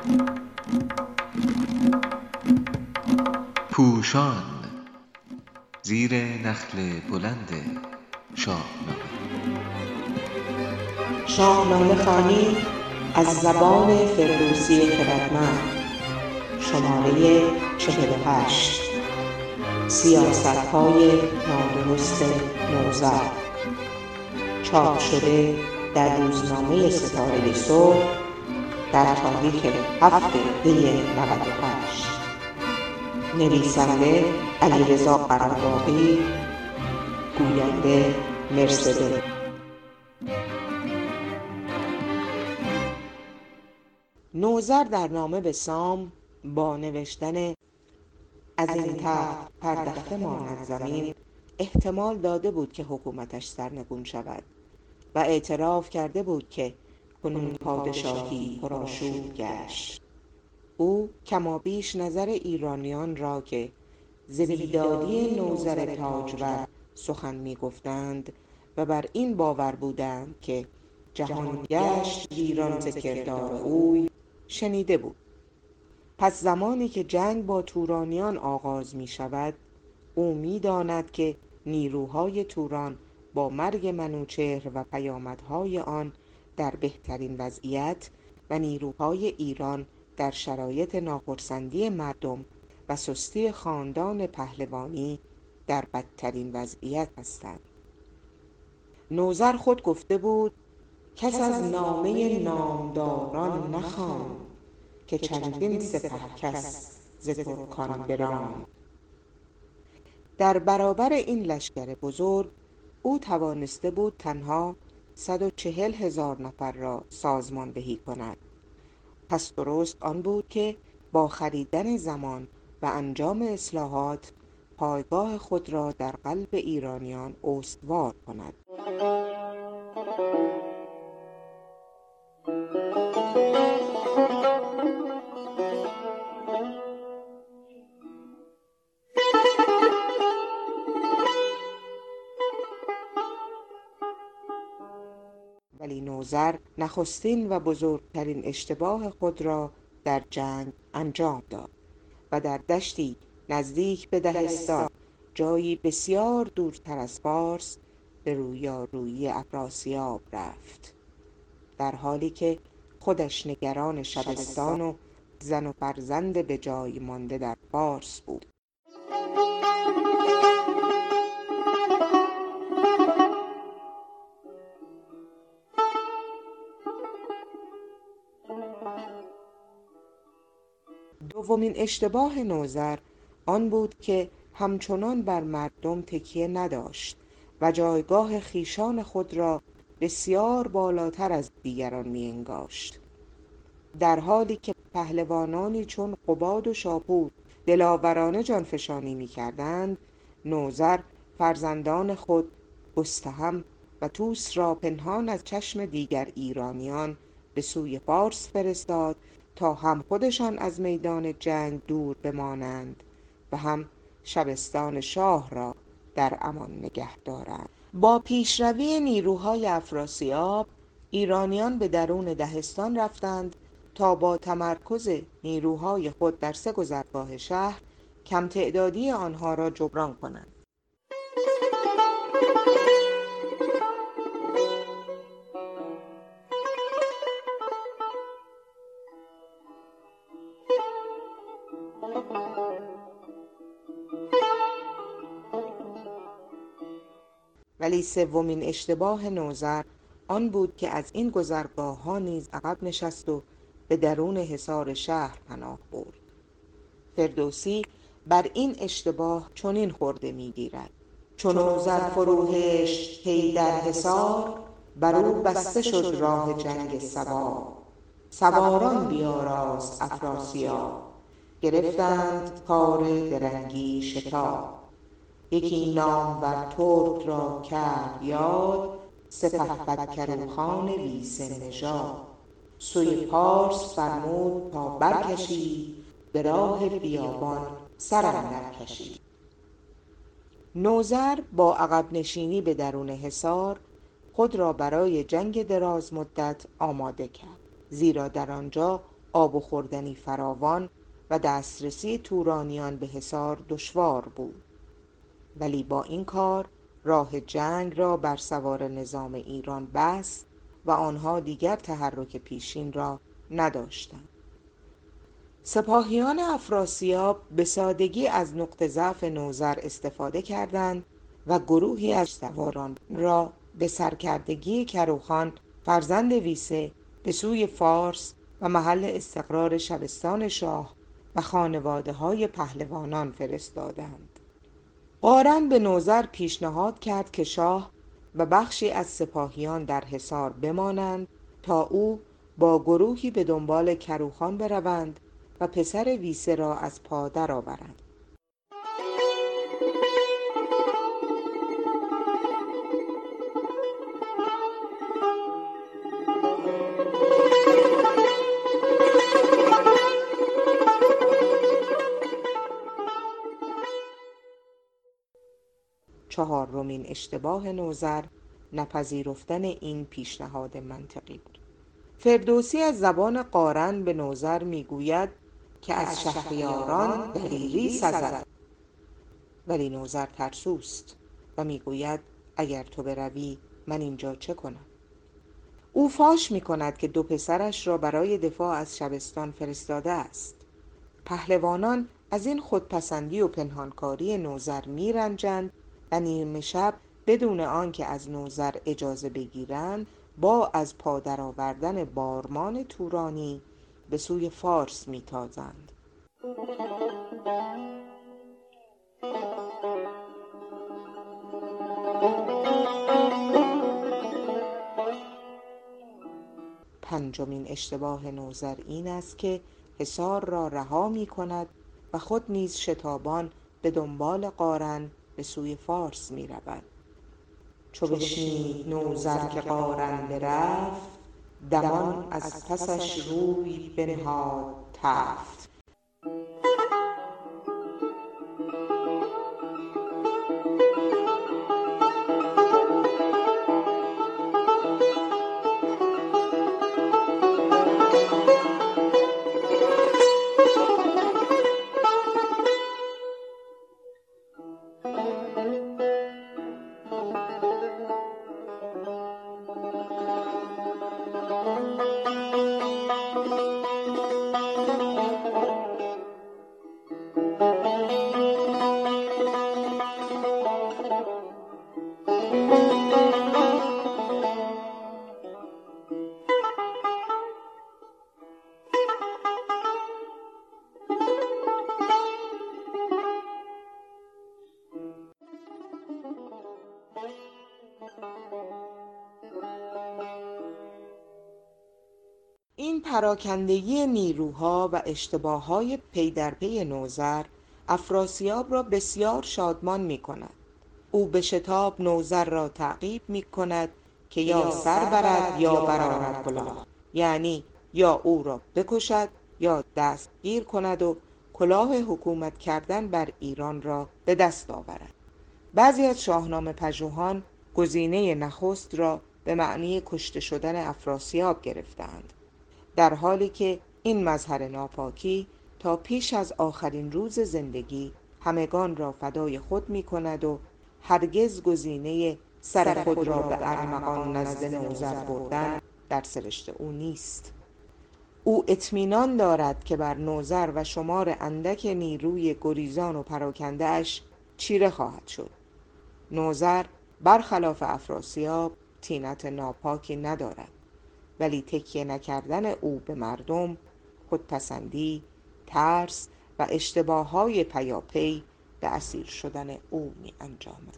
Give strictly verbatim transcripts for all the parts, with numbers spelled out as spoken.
پوشان زیر نخل بلند شاهنامه. شاهنامه خوانی از زبان فردوسی خردمند، شماره چهل و هشت. سیاست‌های نادرست نوذر، چاپ شده در روزنامه ستاره صبح در تاریخ هفت دی نود و هشت. نویسنده علیرضا قره‌باغی، گوینده مرسده. نوذر در نامه به سام با نوشتن از این تخت پردخته ماند زمین احتمال داده بود که حکومتش سرنگون شود و اعتراف کرده بود که کنون پادشاهی پرآشوب گشت. او کمابیش نظر ایرانیان را که ز بیدادی نوذر تاجور سخن می گفتند و بر این باور بودند که جهان گشت ویران ز کردار اوی شنیده بود. پس زمانی که جنگ با تورانیان آغاز می شود، او می داند که نیروهای توران با مرگ منوچهر و پیامدهای آن در بهترین وضعیت و نیروهای ایران در شرایط ناخرسندی مردم و سستی خاندان پهلوانی در بدترین وضعیت هستند. نوذر خود گفته بود کس از نامه نامداران نخواند که چندین سپه کس ز ترکان براند. در برابر این لشکر بزرگ او توانسته بود تنها صد و چهل هزار نفر را سازماندهی کند. پس درست آن بود که با خریدن زمان و انجام اصلاحات پایگاه خود را در قلب ایرانیان استوار کند. ولی نوذر نخستین و بزرگترین اشتباه خود را در جنگ انجام داد و در دشتی نزدیک به دهستان، جایی بسیار دورتر از فارس، به رویارویی افراسیاب رفت، در حالی که خودش نگران شبستان و زن و فرزند به جای مانده در فارس بود. دومین اشتباه نوذر آن بود که همچنان بر مردم تکیه نداشت و جایگاه خویشان خود را بسیار بالاتر از دیگران می انگاشت. در حالی که پهلوانانی چون قباد و شاپور دلاورانه جانفشانی می کردند، نوذر فرزندان خود گستهم و طوس را پنهان از چشم دیگر ایرانیان به سوی فارس فرستاد تا هم خودشان از میدان جنگ دور بمانند و هم شبستان شاه را در امان نگه دارند. با پیشروی نیروهای افراسیاب، ایرانیان به درون دهستان رفتند تا با تمرکز نیروهای خود در سه گذرگاه شهر کم تعدادی آنها را جبران کنند. ولی سومین اشتباه نوذر آن بود که از این گذرگاه ها نیز عقب نشست و به درون حصار شهر پناه برد. فردوسی بر این اشتباه چنین خورده می‌گیرد: چون نوذر فروهشت پی در حصار، بر او بسته شد راه جنگ سوار. سواران بیاراست افراسیاب، گرفتند کار درنگی شتاب. یکی نامور ترک را کرد یاد، سپهبد کروخان ویسه نژاد. سوی پارس فرمود تا برکشید، به راه بیابان سر اندر کشید. نوذر با عقب نشینی به درون حصار خود را برای جنگ دراز مدت آماده کرد، زیرا در آنجا آب و خوردنی فراوان و دسترسی تورانیان به حصار دشوار بود. ولی با این کار راه جنگ را بر سوار نظام ایران بست و آنها دیگر تحرک پیشین را نداشتند. سپاهیان افراسیاب به سادگی از نقطه ضعف نوذر استفاده کردند و گروهی از سواران را به سرکردگی کروخان فرزند ویسه به سوی فارس و محل استقرار شبستان شاه و خانواده های پهلوانان فرستادند. قارن به نوذر پیشنهاد کرد که شاه و بخشی از سپاهیان در حصار بمانند تا او با گروهی به دنبال کروخان بروند و پسر ویسه را از پا درآورند. چهارمین اشتباه نوذر نپذیرفتن این پیشنهاد منطقی بود. فردوسی از زبان قارن به نوذر میگوید که از شهریاران دلیری سزد، ولی نوذر ترسوست و میگوید اگر تو بروی من اینجا چه کنم؟ او فاش میکند که دو پسرش را برای دفاع از شبستان فرستاده است. پهلوانان از این خودپسندی و پنهانکاری نوذر میرنجند و نیمه شب بدون آنکه از نوذر اجازه بگیرند با از پا درآوردن بارمان تورانی به سوی فارس میتازند. پنجمین اشتباه نوذر این است که حصار را رها می کند و خود نیز شتابان به دنبال قارن به سوی فارس می رود. چو بشنید نوذر که قارن برفت، دمان از پسش روی بنهاد تفت. این پراکندگی نیروها و اشتباههای پی در پی نوذر افراسیاب را بسیار شادمان می کند. او به شتاب نوذر را تعقیب می کند که یا سر برد یا برآرد کلاه، یعنی یا او را بکشد یا دستگیر کند و کلاه حکومت کردن بر ایران را به دست آورد. بعضی از شاهنامه پژوهان گزینه نخست را به معنی کشته شدن افراسیاب گرفتند، در حالی که این مظهر ناپاکی تا پیش از آخرین روز زندگی همگان را فدای خود می کند و هرگز گزینه سر خود را به ارمغان نزد نوذر بردن در سرشت او نیست. او اطمینان دارد که بر نوذر و شمار اندک نیروی گریزان و پراکنده اش چیره خواهد شد. نوذر برخلاف افراسیاب طینت ناپاکی ندارد، ولی تکیه نکردن او به مردم، خودپسندی، ترس و اشتباههای پیاپی به اسیر شدن او می انجامد.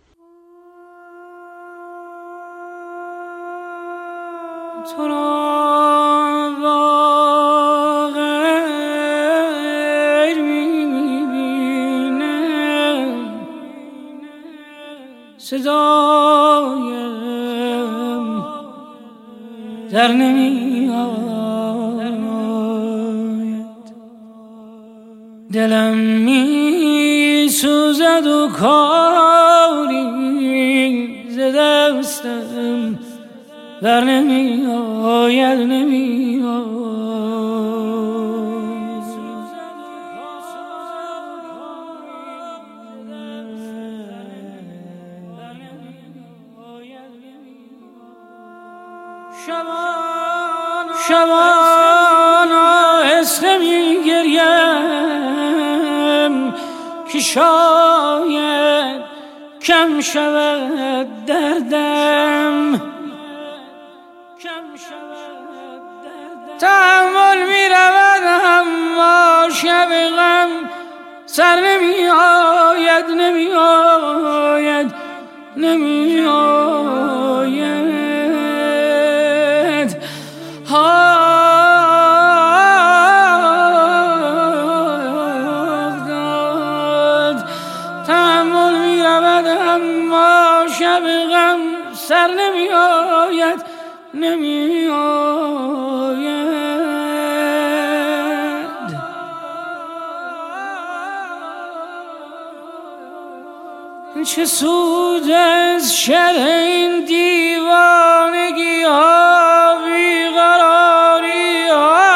تو را واقع می‌بینم، صدایم در نمی آید، دلم می سوزد و کاری ز دستم بر نمی آید، نمی آید. شبان آهسته می گریم که شاید کم شود دردم، تحمل می رود اما شب غم سر نمی آید، نمی آید، نمی آید. تحمل می رود اما شب غم سر نمی آید، نمی آید. چه سود از شر این دیوانگی ها، بیقراری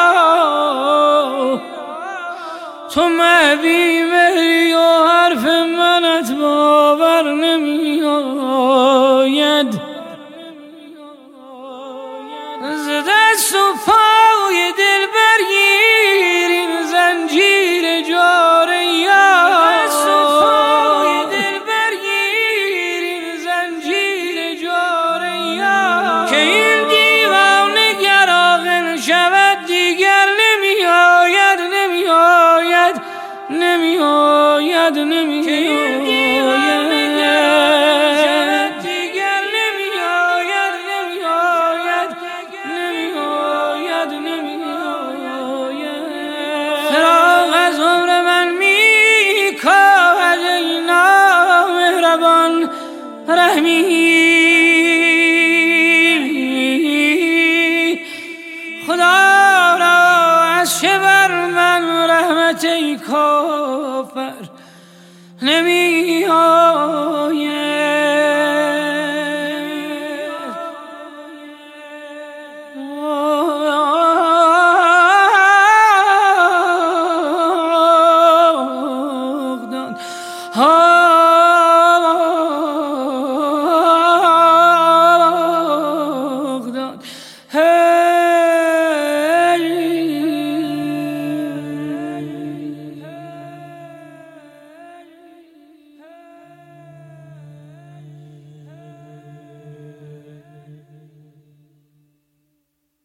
ها، تو مهدی مهری و حرف منت باور نمی آید. ز دست و پای دل برگیر این زنجیر جاره یار، که این دیوانه گر عاقل شود دیگر نمی آید، نمی آید، نمی آید، نمی آید. فراق از عمر من می کاهد ای نامهربان رحمی، خدا را از چه بر من رحمت ای کافر نمی